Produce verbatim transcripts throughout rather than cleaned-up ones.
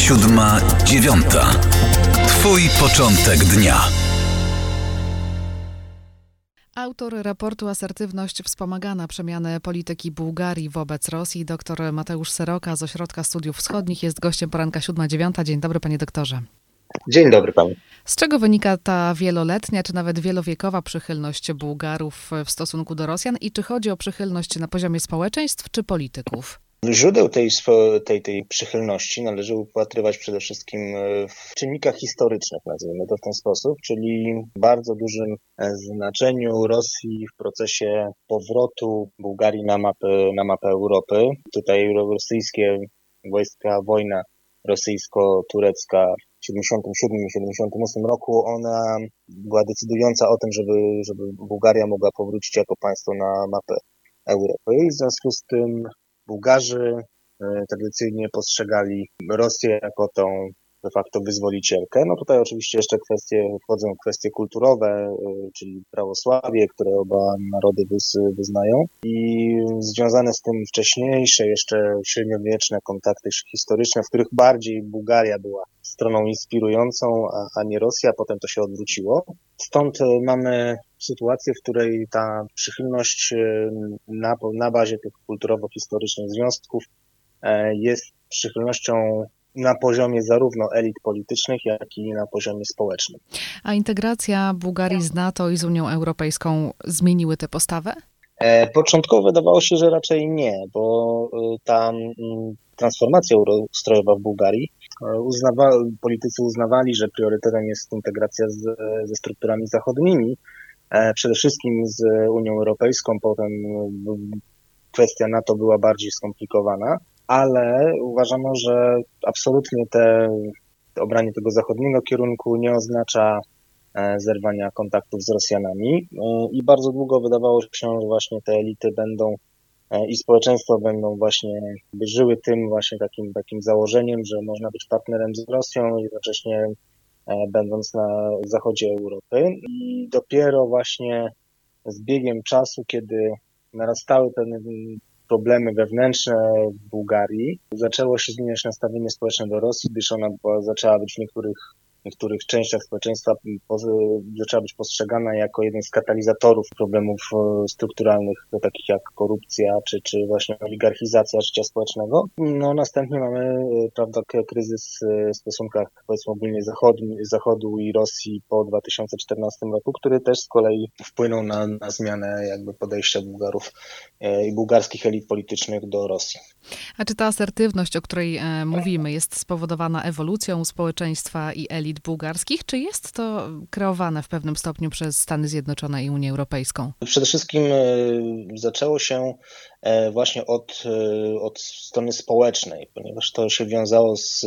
Siódma, dziewiąta. Twój początek dnia. Autor raportu Asertywność wspomagana przemiany polityki Bułgarii wobec Rosji, dr Mateusz Seroka z Ośrodka Studiów Wschodnich jest gościem poranka siódma dziewiąta. Dzień dobry, panie doktorze. Dzień dobry panu. Z czego wynika ta wieloletnia, czy nawet wielowiekowa przychylność Bułgarów w stosunku do Rosjan i czy chodzi o przychylność na poziomie społeczeństw czy polityków? Źródeł tej, tej, tej przychylności należy upatrywać przede wszystkim w czynnikach historycznych, nazwijmy to w ten sposób, czyli bardzo dużym znaczeniu Rosji w procesie powrotu Bułgarii na mapę, na mapę Europy. Tutaj rosyjskie wojska, wojna rosyjsko-turecka w siedemdziesiątym siódmym i siedemdziesiątym ósmym roku, ona była decydująca o tym, żeby, żeby Bułgaria mogła powrócić jako państwo na mapę Europy. I w związku z tym Bułgarzy tradycyjnie postrzegali Rosję jako tą de facto wyzwolicielkę. No tutaj oczywiście jeszcze kwestie, wchodzą kwestie kulturowe, czyli prawosławie, które oba narody wyznają i związane z tym wcześniejsze, jeszcze średniowieczne kontakty historyczne, w których bardziej Bułgaria była stroną inspirującą, a, a nie Rosja. Potem to się odwróciło. Stąd mamy sytuację, w której ta przychylność na, na bazie tych kulturowo-historycznych związków jest przychylnością na poziomie zarówno elit politycznych, jak i na poziomie społecznym. A integracja Bułgarii z NATO i z Unią Europejską zmieniły tę postawę? Początkowo wydawało się, że raczej nie, bo ta transformacja ustrojowa w Bułgarii, uznawa, politycy uznawali, że priorytetem jest integracja z, ze strukturami zachodnimi, przede wszystkim z Unią Europejską, potem kwestia NATO była bardziej skomplikowana, ale uważano, że absolutnie te, te obranie tego zachodniego kierunku nie oznacza zerwania kontaktów z Rosjanami i bardzo długo wydawało się, że właśnie te elity będą i społeczeństwo będą właśnie żyły tym właśnie takim, takim założeniem, że można być partnerem z Rosją, jednocześnie będąc na zachodzie Europy. I dopiero właśnie z biegiem czasu, kiedy narastały pewne problemy wewnętrzne w Bułgarii, zaczęło się zmieniać nastawienie społeczne do Rosji, gdyż ona była, zaczęła być w niektórych, niektórych częściach społeczeństwa po, zaczęła być postrzegana jako jeden z katalizatorów problemów strukturalnych, takich jak korupcja czy, czy właśnie oligarchizacja życia społecznego. No następnie mamy, prawda, kryzys w stosunkach, powiedzmy, ogólnie zachodni, Zachodu i Rosji po dwa tysiące czternastym roku, który też z kolei wpłynął na, na zmianę jakby podejścia Bułgarów i bułgarskich elit politycznych do Rosji. A czy ta asertywność, o której e, mówimy, jest spowodowana ewolucją społeczeństwa i elit bułgarskich, czy jest to kreowane w pewnym stopniu przez Stany Zjednoczone i Unię Europejską? Przede wszystkim zaczęło się właśnie od, od strony społecznej, ponieważ to się wiązało z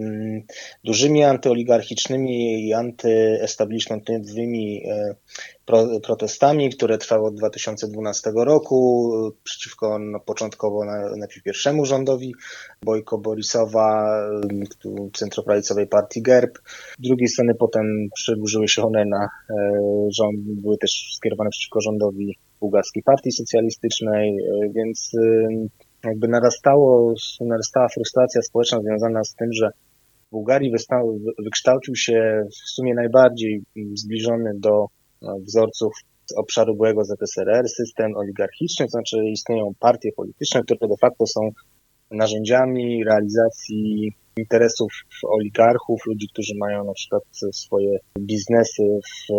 dużymi antyoligarchicznymi i antyestablishmentowymi protestami, które trwały od dwa tysiące dwunastego roku przeciwko no, początkowo najpierw pierwszemu rządowi Bojko Borisowa, centroprawicowej partii G E R B. Z drugiej strony potem przedłużyły się one na rząd, były też skierowane przeciwko rządowi bułgarskiej partii socjalistycznej, więc jakby narastało, narastała frustracja społeczna związana z tym, że w Bułgarii wystał, wykształcił się w sumie najbardziej zbliżony do wzorców z obszaru byłego Z S R R system oligarchiczny, to znaczy istnieją partie polityczne, które de facto są narzędziami realizacji interesów oligarchów, ludzi, którzy mają na przykład swoje biznesy w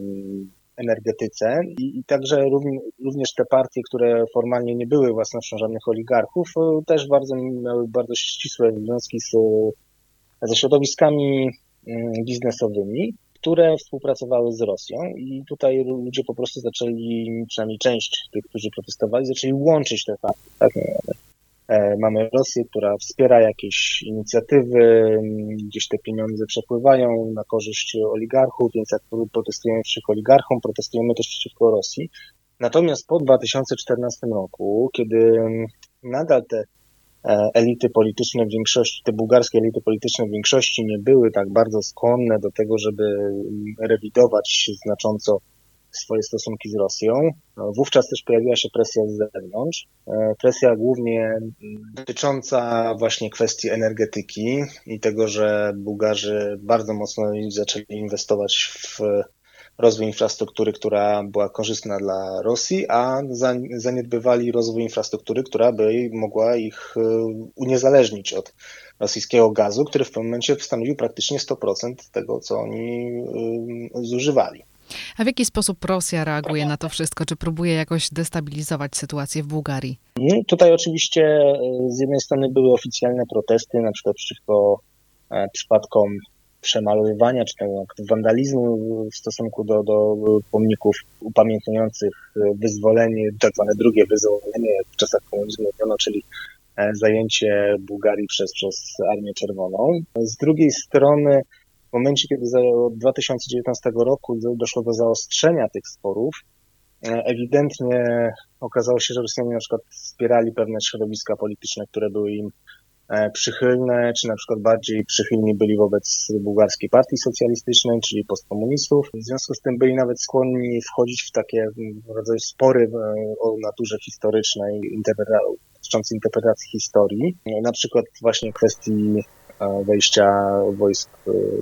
energetyce i, i także również te partie, które formalnie nie były własnością żadnych oligarchów, też bardzo miały bardzo ścisłe związki z, ze środowiskami biznesowymi, które współpracowały z Rosją i tutaj ludzie po prostu zaczęli, przynajmniej część tych, którzy protestowali, zaczęli łączyć te fakty. Tak? Mamy Rosję, która wspiera jakieś inicjatywy, gdzieś te pieniądze przepływają na korzyść oligarchów, więc jak protestujemy przeciwko oligarchom, protestujemy też przeciwko Rosji. Natomiast po dwa tysiące czternastym roku, kiedy nadal te elity polityczne w większości, te bułgarskie elity polityczne w większości nie były tak bardzo skłonne do tego, żeby rewidować znacząco swoje stosunki z Rosją. Wówczas też pojawiła się presja z zewnątrz. Presja głównie dotycząca właśnie kwestii energetyki i tego, że Bułgarzy bardzo mocno zaczęli inwestować w rozwój infrastruktury, która była korzystna dla Rosji, a zaniedbywali rozwój infrastruktury, która by mogła ich uniezależnić od rosyjskiego gazu, który w pewnym momencie stanowił praktycznie sto procent tego, co oni zużywali. A w jaki sposób Rosja reaguje na to wszystko? Czy próbuje jakoś destabilizować sytuację w Bułgarii? No, tutaj oczywiście z jednej strony były oficjalne protesty, na przykład przeciwko przypadkom przemalowywania czy tego wandalizmu w stosunku do, do pomników upamiętniających wyzwolenie, tak zwane drugie wyzwolenie, jak w czasach komunizmu mówiono, czyli zajęcie Bułgarii przez, przez Armię Czerwoną. Z drugiej strony w momencie, kiedy od dwa tysiące dziewiętnastego roku doszło do zaostrzenia tych sporów, ewidentnie okazało się, że Rosjanie na przykład wspierali pewne środowiska polityczne, które były im przychylne, czy na przykład bardziej przychylni byli wobec bułgarskiej partii socjalistycznej, czyli postkomunistów. W związku z tym byli nawet skłonni wchodzić w takie rodzaj spory o naturze historycznej, dotyczące interpretacji historii. Na przykład właśnie kwestii wejścia wojsk,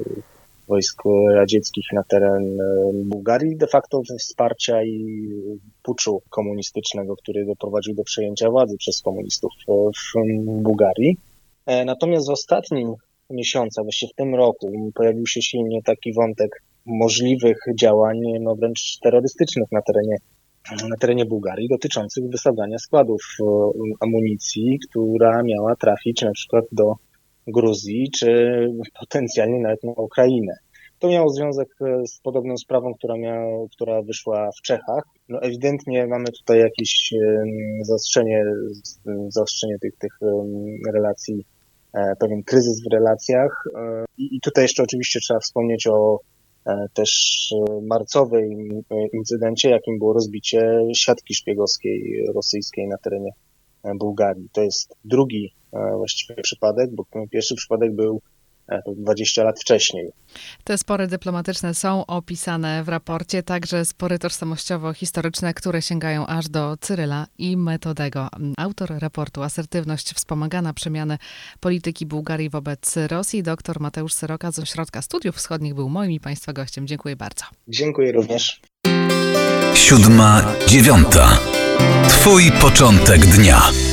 wojsk radzieckich na teren Bułgarii, de facto wsparcia i puczu komunistycznego, który doprowadził do przejęcia władzy przez komunistów w Bułgarii. Natomiast w ostatnim miesiącu, właściwie w tym roku, pojawił się silnie taki wątek możliwych działań, no wręcz terrorystycznych na terenie, na terenie Bułgarii, dotyczących wysadzania składów amunicji, która miała trafić na przykład do Gruzji, czy potencjalnie nawet na Ukrainę. To miało związek z podobną sprawą, która, miała, która wyszła w Czechach. No ewidentnie mamy tutaj jakieś zaostrzenie, zaostrzenie tych, tych relacji, pewien kryzys w relacjach. I, i tutaj jeszcze oczywiście trzeba wspomnieć o też marcowym incydencie, jakim było rozbicie siatki szpiegowskiej rosyjskiej na terenie Bułgarii. To jest drugi właściwie przypadek, bo pierwszy przypadek był dwadzieścia lat wcześniej. Te spory dyplomatyczne są opisane w raporcie, także spory tożsamościowo-historyczne, które sięgają aż do Cyryla i Metodego. Autor raportu Asertywność wspomagana przemiany polityki Bułgarii wobec Rosji, dr Mateusz Seroka z Ośrodka Studiów Wschodnich był moim i Państwa gościem. Dziękuję bardzo. Dziękuję również. Siódma, dziewiąta. Twój początek dnia.